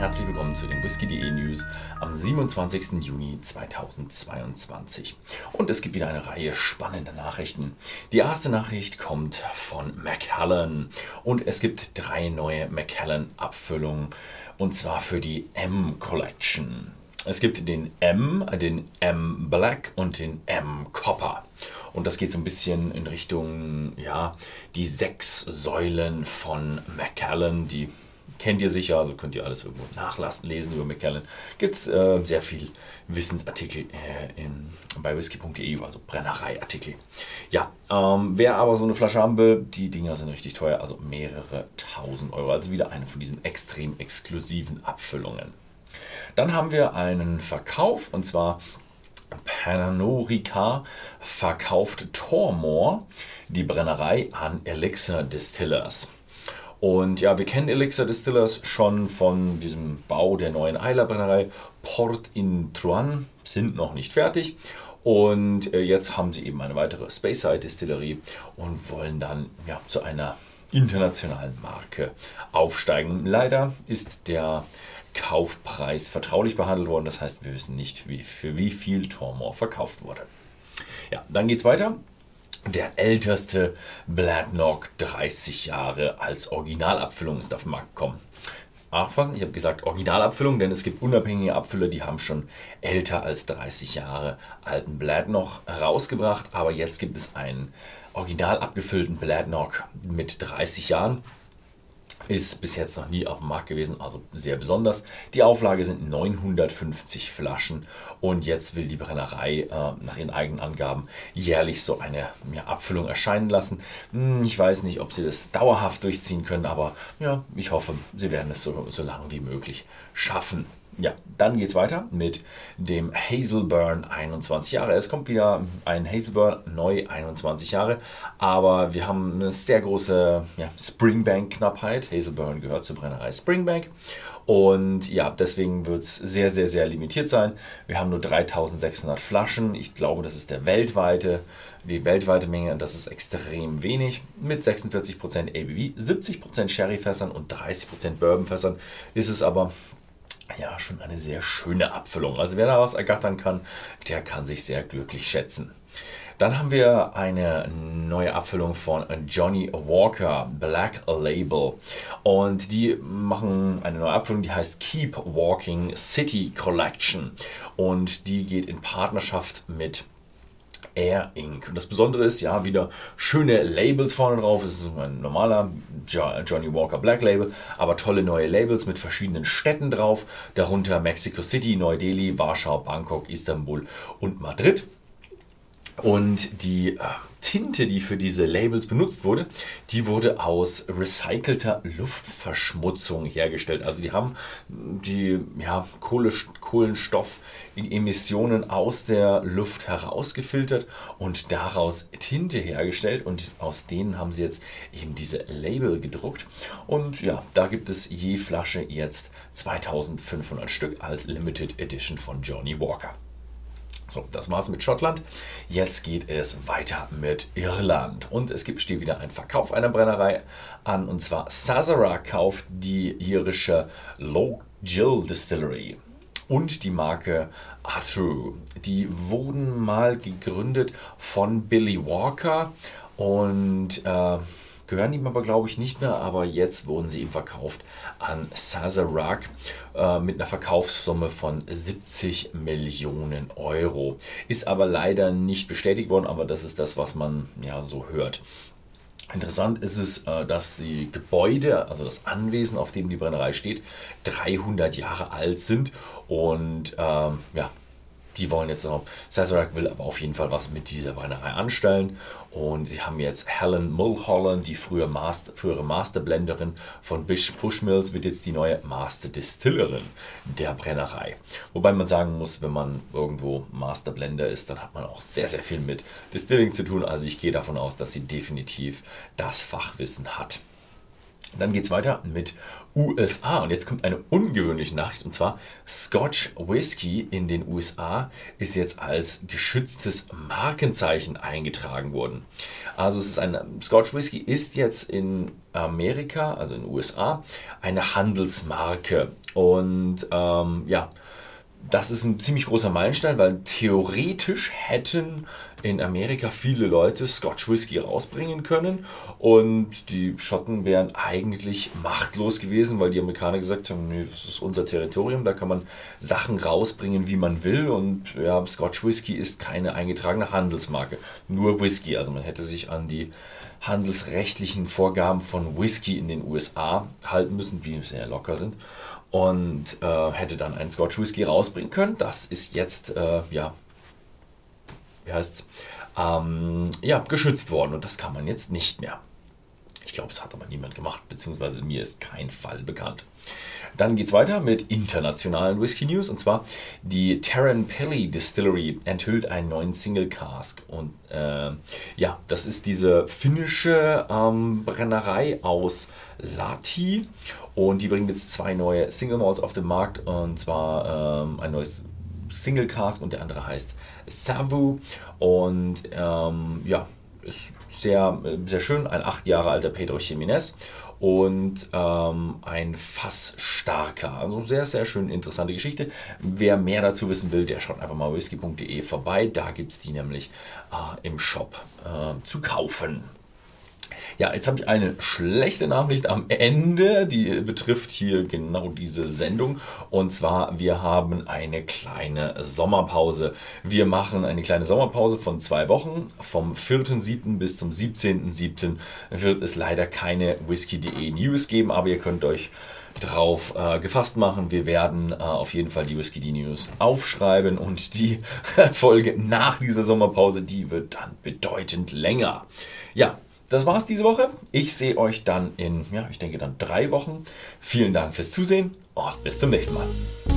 herzlich willkommen zu den Whisky.de News am 27. Juni 2022. Und es gibt wieder eine Reihe spannender Nachrichten. Die erste Nachricht kommt von Macallan und es gibt 3 neue Macallan-Abfüllungen und zwar für die M Collection. Es gibt den M Black und den M Copper. Und das geht so ein bisschen in Richtung, ja, die 6 Säulen von Macallan, die kennt ihr sicher, also könnt ihr alles irgendwo lesen über Macallan. Gibt es sehr viel Wissensartikel bei whisky.de, also Brennereiartikel. Ja, wer aber so eine Flasche haben will, die Dinger sind richtig teuer, also mehrere tausend Euro. Also wieder eine von diesen extrem exklusiven Abfüllungen. Dann haben wir einen Verkauf, und zwar Pernod Ricard verkauft Tormore, die Brennerei, an Elixir Distillers. Und ja, wir kennen Elixir Distillers schon von diesem Bau der neuen Islay Brennerei Port-in-Truan, sind noch nicht fertig. Und jetzt haben sie eben eine weitere Speyside Distillerie und wollen dann ja, zu einer internationalen Marke aufsteigen. Leider ist der Kaufpreis vertraulich behandelt worden, das heißt, wir wissen nicht, für wie viel Tormore verkauft wurde. Ja, dann geht es weiter. Der älteste Bladnoch, 30 Jahre als Originalabfüllung, ist auf den Markt gekommen. Aufpassen, ich habe gesagt Originalabfüllung, denn es gibt unabhängige Abfüller, die haben schon älter als 30 Jahre alten Bladnoch rausgebracht, aber jetzt gibt es einen original abgefüllten Bladnoch mit 30 Jahren. Ist bis jetzt noch nie auf dem Markt gewesen, also sehr besonders. Die Auflage sind 950 Flaschen und jetzt will die Brennerei nach ihren eigenen Angaben jährlich so eine Abfüllung erscheinen lassen. Ich weiß nicht, ob sie das dauerhaft durchziehen können, aber ja, ich hoffe, sie werden es so lange wie möglich schaffen. Ja, dann geht es weiter mit dem Hazelburn 21 Jahre. Es kommt wieder ein Hazelburn, neu 21 Jahre, aber wir haben eine sehr große Springbank-Knappheit. Hazelburn gehört zur Brennerei Springbank und ja, deswegen wird es sehr, sehr, sehr limitiert sein. Wir haben nur 3600 Flaschen. Ich glaube, das ist die weltweite Menge, das ist extrem wenig. Mit 46% ABV, 70% Sherryfässern und 30% Bourbonfässern ist es aber ja schon eine sehr schöne Abfüllung. Also wer da was ergattern kann, der kann sich sehr glücklich schätzen. Dann haben wir eine neue Abfüllung von Johnnie Walker Black Label und die machen eine neue Abfüllung, die heißt Keep Walking City Collection und die geht in Partnerschaft mit Air Inc. Und das Besondere ist, ja, wieder schöne Labels vorne drauf. Es ist ein normaler Johnnie Walker Black Label, aber tolle neue Labels mit verschiedenen Städten drauf. Darunter Mexico City, Neu-Delhi, Warschau, Bangkok, Istanbul und Madrid. Und die Tinte, die für diese Labels benutzt wurde, die wurde aus recycelter Luftverschmutzung hergestellt. Also die haben die Kohlenstoffemissionen aus der Luft herausgefiltert und daraus Tinte hergestellt. Und aus denen haben sie jetzt eben diese Label gedruckt. Und ja, da gibt es je Flasche jetzt 2500 Stück als Limited Edition von Johnnie Walker. So, das war's mit Schottland. Jetzt geht es weiter mit Irland. Und es steht wieder ein Verkauf einer Brennerei an. Und zwar Sazerac kauft die irische Loch Gill Distillery und die Marke Arthur. Die wurden mal gegründet von Billy Walker und gehören ihm aber, glaube ich, nicht mehr, aber jetzt wurden sie ihm verkauft an Sazerac mit einer Verkaufssumme von 70 Millionen Euro. Ist aber leider nicht bestätigt worden, aber das ist das, was man ja so hört. Interessant ist es, dass die Gebäude, also das Anwesen, auf dem die Brennerei steht, 300 Jahre alt sind und die wollen jetzt noch, Sazerac will aber auf jeden Fall was mit dieser Brennerei anstellen und sie haben jetzt Helen Mulholland, die frühere Masterblenderin von Bushmills, wird jetzt die neue Master Distillerin der Brennerei. Wobei man sagen muss, wenn man irgendwo Masterblender ist, dann hat man auch sehr, sehr viel mit Distilling zu tun. Also ich gehe davon aus, dass sie definitiv das Fachwissen hat. Dann geht es weiter mit USA und jetzt kommt eine ungewöhnliche Nachricht und zwar Scotch Whisky in den USA ist jetzt als geschütztes Markenzeichen eingetragen worden. Also Scotch Whisky ist jetzt in Amerika, also in den USA, eine Handelsmarke und ja, das ist ein ziemlich großer Meilenstein, weil theoretisch hätten in Amerika viele Leute Scotch Whisky rausbringen können und die Schotten wären eigentlich machtlos gewesen, weil die Amerikaner gesagt haben, nee, das ist unser Territorium, da kann man Sachen rausbringen, wie man will und ja, Scotch Whisky ist keine eingetragene Handelsmarke, nur Whisky, also man hätte sich an die handelsrechtlichen Vorgaben von Whisky in den USA halten müssen, die sehr locker sind und hätte dann einen Scotch Whisky rausbringen können. Das ist jetzt, ja, wie heißt's, ja, geschützt worden und das kann man jetzt nicht mehr. Ich glaube, es hat aber niemand gemacht, beziehungsweise mir ist kein Fall bekannt. Dann geht es weiter mit internationalen Whisky News und zwar die Terranpilli Distillery enthüllt einen neuen Single Cask und ja, das ist diese finnische Brennerei aus Lahti und die bringen jetzt 2 neue Single Malts auf den Markt und zwar ein neues Single Cask und der andere heißt Savu und ja, ist sehr, sehr schön, ein 8 Jahre alter Pedro Ximénez und ein Fassstarker. Also sehr, sehr schön interessante Geschichte. Wer mehr dazu wissen will, der schaut einfach mal whisky.de vorbei. Da gibt es die nämlich im Shop zu kaufen. Ja, jetzt habe ich eine schlechte Nachricht am Ende, die betrifft hier genau diese Sendung. Und zwar, wir haben eine kleine Sommerpause. Wir machen eine kleine Sommerpause von 2 Wochen. Vom 4.7. bis zum 17.7. wird es leider keine whisky.de News geben, aber ihr könnt euch drauf gefasst machen. Wir werden auf jeden Fall die Whisky.de News aufschreiben und die Folge nach dieser Sommerpause, die wird dann bedeutend länger. Ja, das war's diese Woche. Ich sehe euch dann in, ja, ich denke dann 3 Wochen. Vielen Dank fürs Zusehen und bis zum nächsten Mal.